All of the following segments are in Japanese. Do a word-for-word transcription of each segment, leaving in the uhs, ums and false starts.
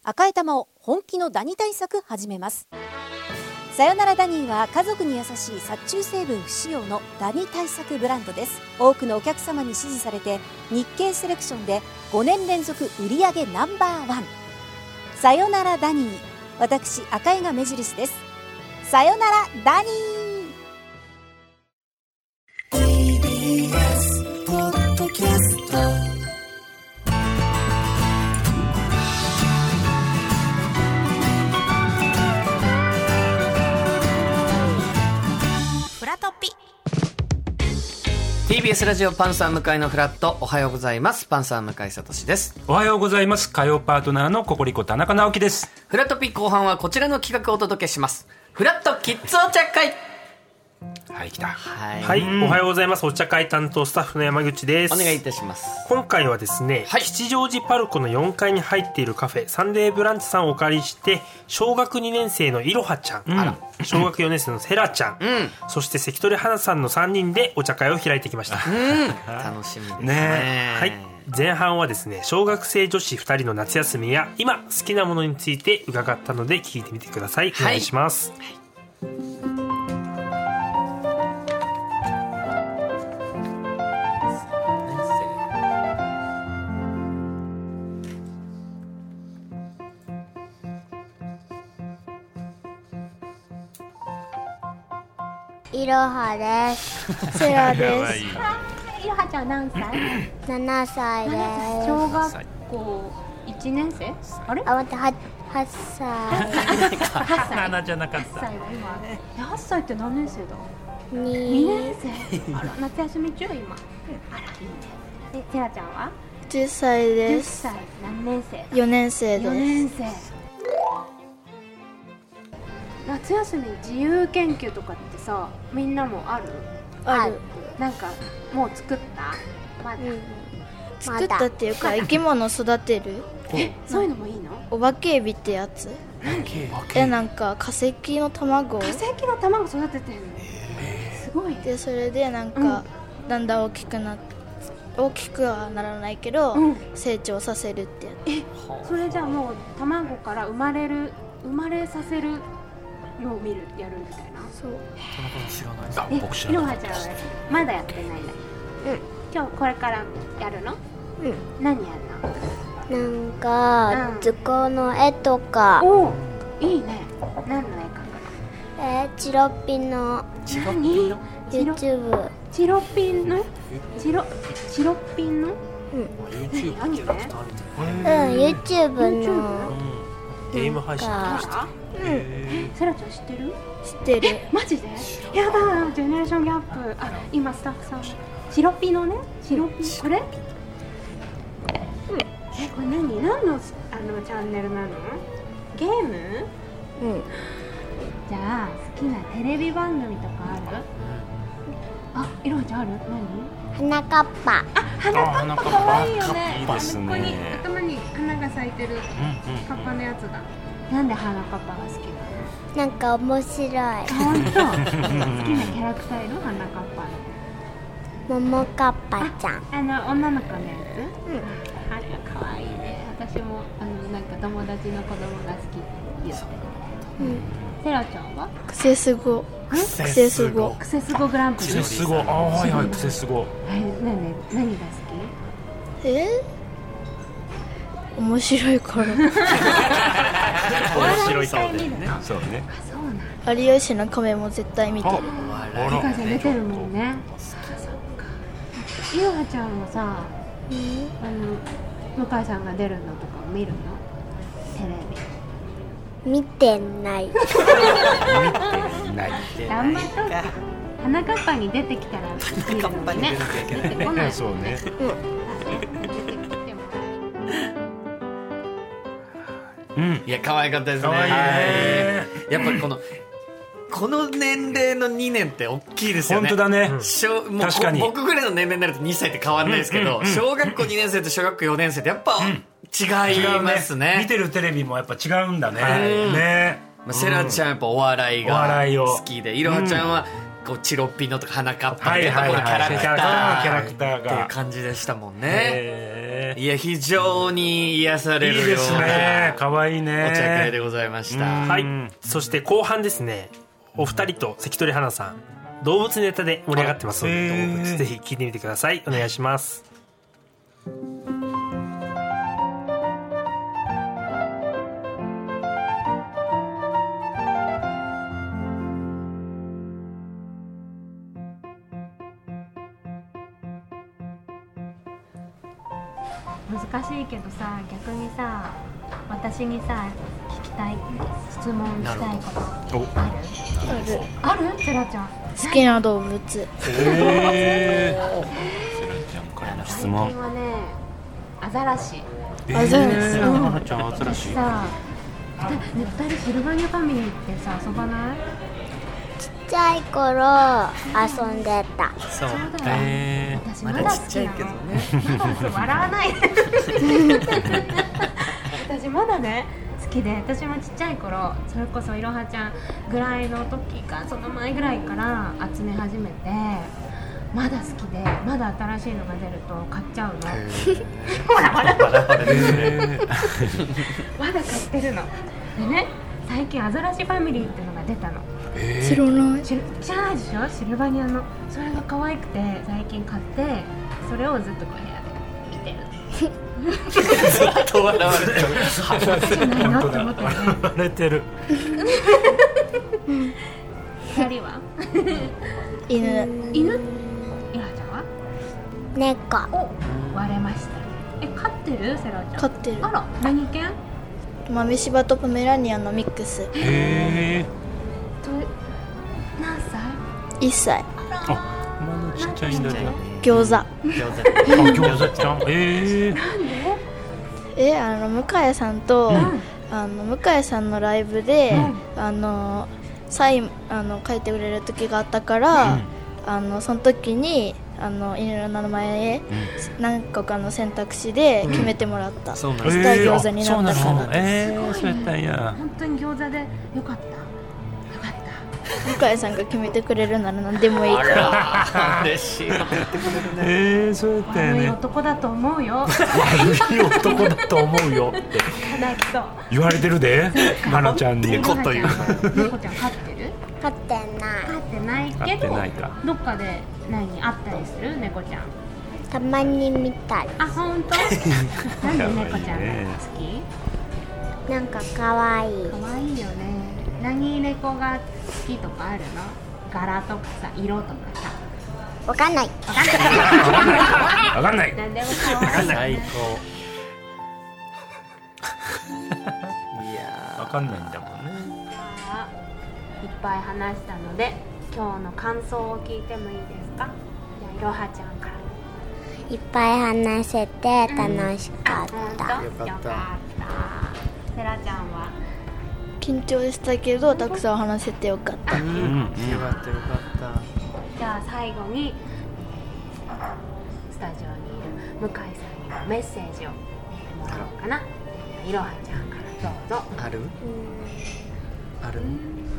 赤い玉を本気のダニ対策始めます。さよならダニーは家族に優しい殺虫成分不使用のダニ対策ブランドです。多くのお客様に支持されて日経セレクションでごねん連続売上ナンバーワン。さよならダニー、私赤井が目印です。さよならダニー。 ティービーエス ポッドキャスト。 フラトピ。 ティービーエス ラジオパンサー向井のフラット。おはようございます。パンサー向井聡です。 おはようございます。火曜パートナーのココリコ田中直樹です。 フラトピ後半はこちらの企画をお届けします。フラットキッズお茶会。 はい来た。 はい、 はい、おはようございます。お茶会担当スタッフの山口です。 お願いいたします。 今回はですね、はい、吉祥寺パルコのよんかいに入っているカフェサンデーブランチさんをお借りして小学にねん生のいろはちゃん、うん、小学よねん生のセラちゃん、うん、そして関取花さんのさんにんでお茶会を開いてきました、 うん、楽しみです ね, ねはい、前半はですね小学生女子ふたりの夏休みや今好きなものについて伺ったので聞いてみてください。お願いします。はい、 いろはです。 セラです。 いろはちゃん何歳？ ななさいです。 小学校いちねん生？あれ？ あ、待って、はっさい。 ななじゃなかった。 はっさいは今。はっさいって何年生だ？ にねん生。あら、夏休み中今。あら、いいね。え、セラちゃんは？ じゅっさいです。 じゅっさい。何年生？ よねん生です。 よねん生。夏休み自由研究とかってさ、みんなもある？ ある。 なんかもう作った？まだ、うん、 作ったっていうか生き物育てる。 え、そういうのもいいの？ お化けエビってやつ。え、なんか化石の卵。 化石の卵育ててるの？すごい。 でそれでなんか、うん、だんだん大きくなって大きくはならないけど、うん、成長させるってやつ。 え、それじゃあもう卵から生まれる生まれさせるのを見るやるみたいな。 そう。 田中知らないです。 え、僕知らない。いろはちゃんはまだやってないね。うん。今日これからやるの？うん。何やるの？なんか、うん、図工の絵とか。 お、いいね。何の絵描くの？ えー、チロッピンの。 チロッピンの YouTube。 チロッピンの？チロチロッピンの？うん。 YouTube 何ね？ うん、YouTube の。 ゲーム配信してる。 うん、セラちゃん知ってる？ 知ってる。 え、マジで？やだ、ジェネレーションギャップ。あ、今スタッフさんチロピのね、チロピこれ？うん。え、これ何？何のあのチャンネルなの？ゲーム？うん。じゃあ好きなテレビ番組とかある？あ、いろはちゃんある？ 何？花かっぱ。 あ、花かっぱ可愛いよね。 いいですね。 ここに頭に花が咲いてるカッパのやつだ。なんで花かっぱが好きなの？ なんか面白い。 本当？好きなキャラクターいる？花かっぱの。 ももかっぱちゃん。 あの女の子のやつ？うん。あれ可愛いね。私もあのなんか友達の子供が好きって言って。うん。セラちゃんは？ クセスゴ。 クセスゴ。クセスゴグランプリ。 クセスゴ。ああ、はいはい、クセスゴ。 え、なに何が好き？ え？面白いから。面白いそうですね。そうね。 そうなん。有吉の亀も絶対見てる。 お母さん出てるもんね。いろはちゃんもさ、うん、あの向井さんが出るのとか見るの？テレビ。見てない。見てない。 頑張っとって。花かっぱに出てきたら見るのね。出てこない。 そうね。 うん、いや可愛かったですね。 可愛いね。 やっぱりこのこの年齢のにねんって大きいですよね。 本当だね。 小もう確かに僕ぐらいの年齢になるとにさいって変わらないですけど、うんうん、小学校にねん生と小学校よねん生ってやっぱ違いますね。 ね、見てるテレビもやっぱ違うんだね。はい、ね。 まあ、セラちゃんやっぱお笑いが好きで、いろはちゃんはこうチロッピノとか花かっぱとかキャラクターがっていう感じでしたもんね。 へいや非常に癒されるよういいですね。かわいいね。 お茶会でございました。 はい。そして後半ですね、お二人と関取花さん、動物ネタで盛り上がってますので、動物ぜひ聞いてみてください。お願いします。 難しいけどさ、逆にさ、私にさ聞きたい質問したいことある？ある？ある？セラちゃん好きな動物。 えー、セラちゃんからの質問。 最近はね、アザラシ。 アザラシ。 花ちゃんアザラシ。 さ、ね、二人シルバニアファミリーってさ遊ばない？ ちっちゃい頃遊んでた。 そうそうだよ、 えー、 私まだ好きなの。笑わないで。私まだね好きで、私もちっちゃい頃、それこそいろはちゃんぐらいの時かその前ぐらいから集め始めて、まだ好きで、まだ新しいのが出ると買っちゃうの。ほらほらほらほらまだ買ってるのでね、最近アザラシファミリーっていうのが出たの。 知らない。 知らないでしょ、シルバニアの。それが可愛くて最近買って、それをずっとこう部屋で見てる。 ずっと笑われてる。 じゃないなって思ってね。 笑われてる。 二人は犬。 犬？いらちゃんは？ 猫。 お、割れました。え、飼ってる？セラちゃん。 飼ってる。 あら、何犬？ 豆柴とポメラニアンのミックス。 へと何歳？ いっさい。 あ、まだちっちゃいんだね。 餃子。 餃子。 餃子ちゃん。えー、 え、あの向井さんと、うん、あの向井さんのライブで、うん、あのサインあの書いてくれる時があったから、うん、あのその時にあの犬の名前、うん、何個かの選択肢で決めてもらった。うん、そうなんです。したら餃子になったから。 えー、そうやったんや。 本当に餃子でよかった。 向井さんが決めてくれるなら何でもいいから。 嬉しいこと言ってくれるね。 えー、そうやったよね。 悪い男だと思うよ。 悪い男だと思うよって言われてるで、まなちゃんに。 猫という。 猫ちゃん飼ってる？ 飼ってない。 飼ってないけど、どっかで何あったりする？猫ちゃん。 たまに見たり。 あ、本当？なんで猫ちゃんが好き？ なんか可愛い。 可愛いよね。何猫が好きとかあるの？柄とかさ、色とかさ。 わかんない。 わかんない。 わかんない。 何でも可愛い。 最高。 いやー、わかんないんだもんね。 いっぱい話したので、今日の感想を聞いてもいいですか？じゃあいろはちゃんから。 いっぱい話せて楽しかった。 うん、よかった。よかった。セラちゃんは？ 緊張したけどたくさん話せてよかった。 うん、うん、よかったよかった。 じゃあ最後にスタジオにいる向井さんにはメッセージをもらおうかな。いろはちゃんからどうぞ。 ある？ある？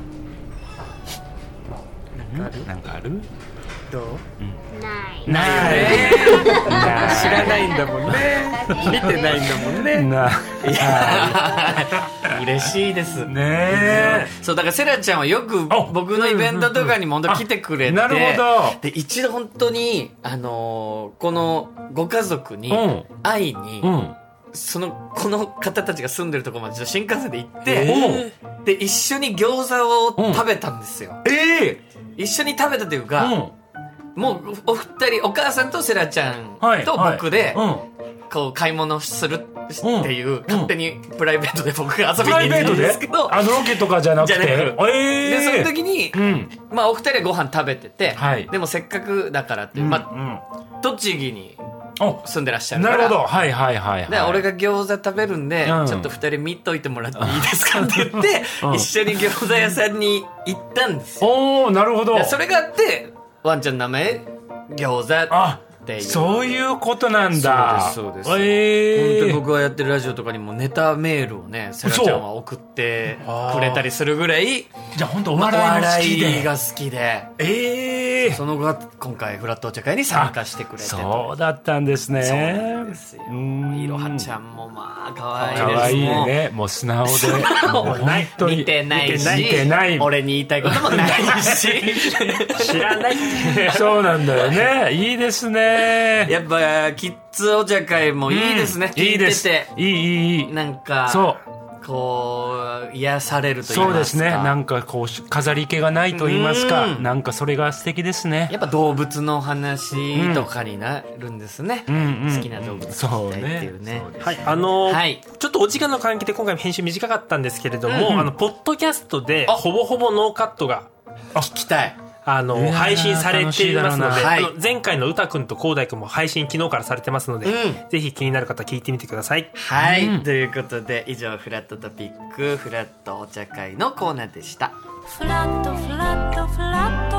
なんかある？ なんかある？ どう？ うん、ない。 ないよね。知らないんだもんね。見てないんだもんね。ないや嬉しいですね。 そうだからセラちゃんはよく僕のイベントとかにも本当来てくれて、 なるほど。 で一度本当にあのー、このご家族に会いに、うんうん、そのこの方たちが住んでるところまで新幹線で行って、えー、で一緒に餃子を食べたんですよ。ええー、一緒に食べたというか。うん、もうお二人、お母さんとセラちゃんと僕で、はいはい、こう買い物するっていう、うん、勝手にプライベートで僕が遊びに行ったんですけど、 あのロケとかじゃなくて、じゃなく、えー、 でその時に、うん、まあお二人はご飯食べてて、はい、でもせっかくだからっていう、うん、まあ栃木に住んでらっしゃるから、 なるほど、はいはいはい、はい、 で俺が餃子食べるんで、うん、ちょっと二人見といてもらっていいですかって言って、うん、一緒に餃子屋さんに行ったんですよ。 おー、なるほど。 それがあってワンちゃんの名前餃子っていう。 そういうことなんだ。 そうですそうです、えー、本当に僕がやってるラジオとかにもネタメールをねセラちゃんは送ってくれたりするぐらい、 じゃあ本当お笑いの好きで、 お笑いが好きで、 ええー、 その後は今回フラットお茶会に参加してくれて、 そうだったんですね。 そうなんですよ。いろはちゃんもまあ可愛いですね。 可愛いね。もう素直でもう本当に似てないし、 似てない、 俺に言いたいこともないし知らないそうなんだよね。いいですね。 やっぱキッズお茶会もいいですね、うん、聞いてて。いいです。いいいいいい。なんかそうこう癒されると言いますか。 そうですね。なんかこう飾り気がないと言いますか、んなんかそれが素敵ですね。 やっぱ動物の話とかになるんですね、うん、好きな動物みたいっていうね、うんうん、 はい、あのーはい、ちょっとお時間の関係で今回編集短かったんですけれども、うんうん、あのポッドキャストでほぼほぼノーカットが聞きたいあの配信されていますので、はい、前回の歌くんとこうだいくんも配信昨日からされてますので、うん、ぜひ気になる方聞いてみてください。 はい、うん、ということで以上フラットトピックフラットお茶会のコーナーでした。フラットフラットフラット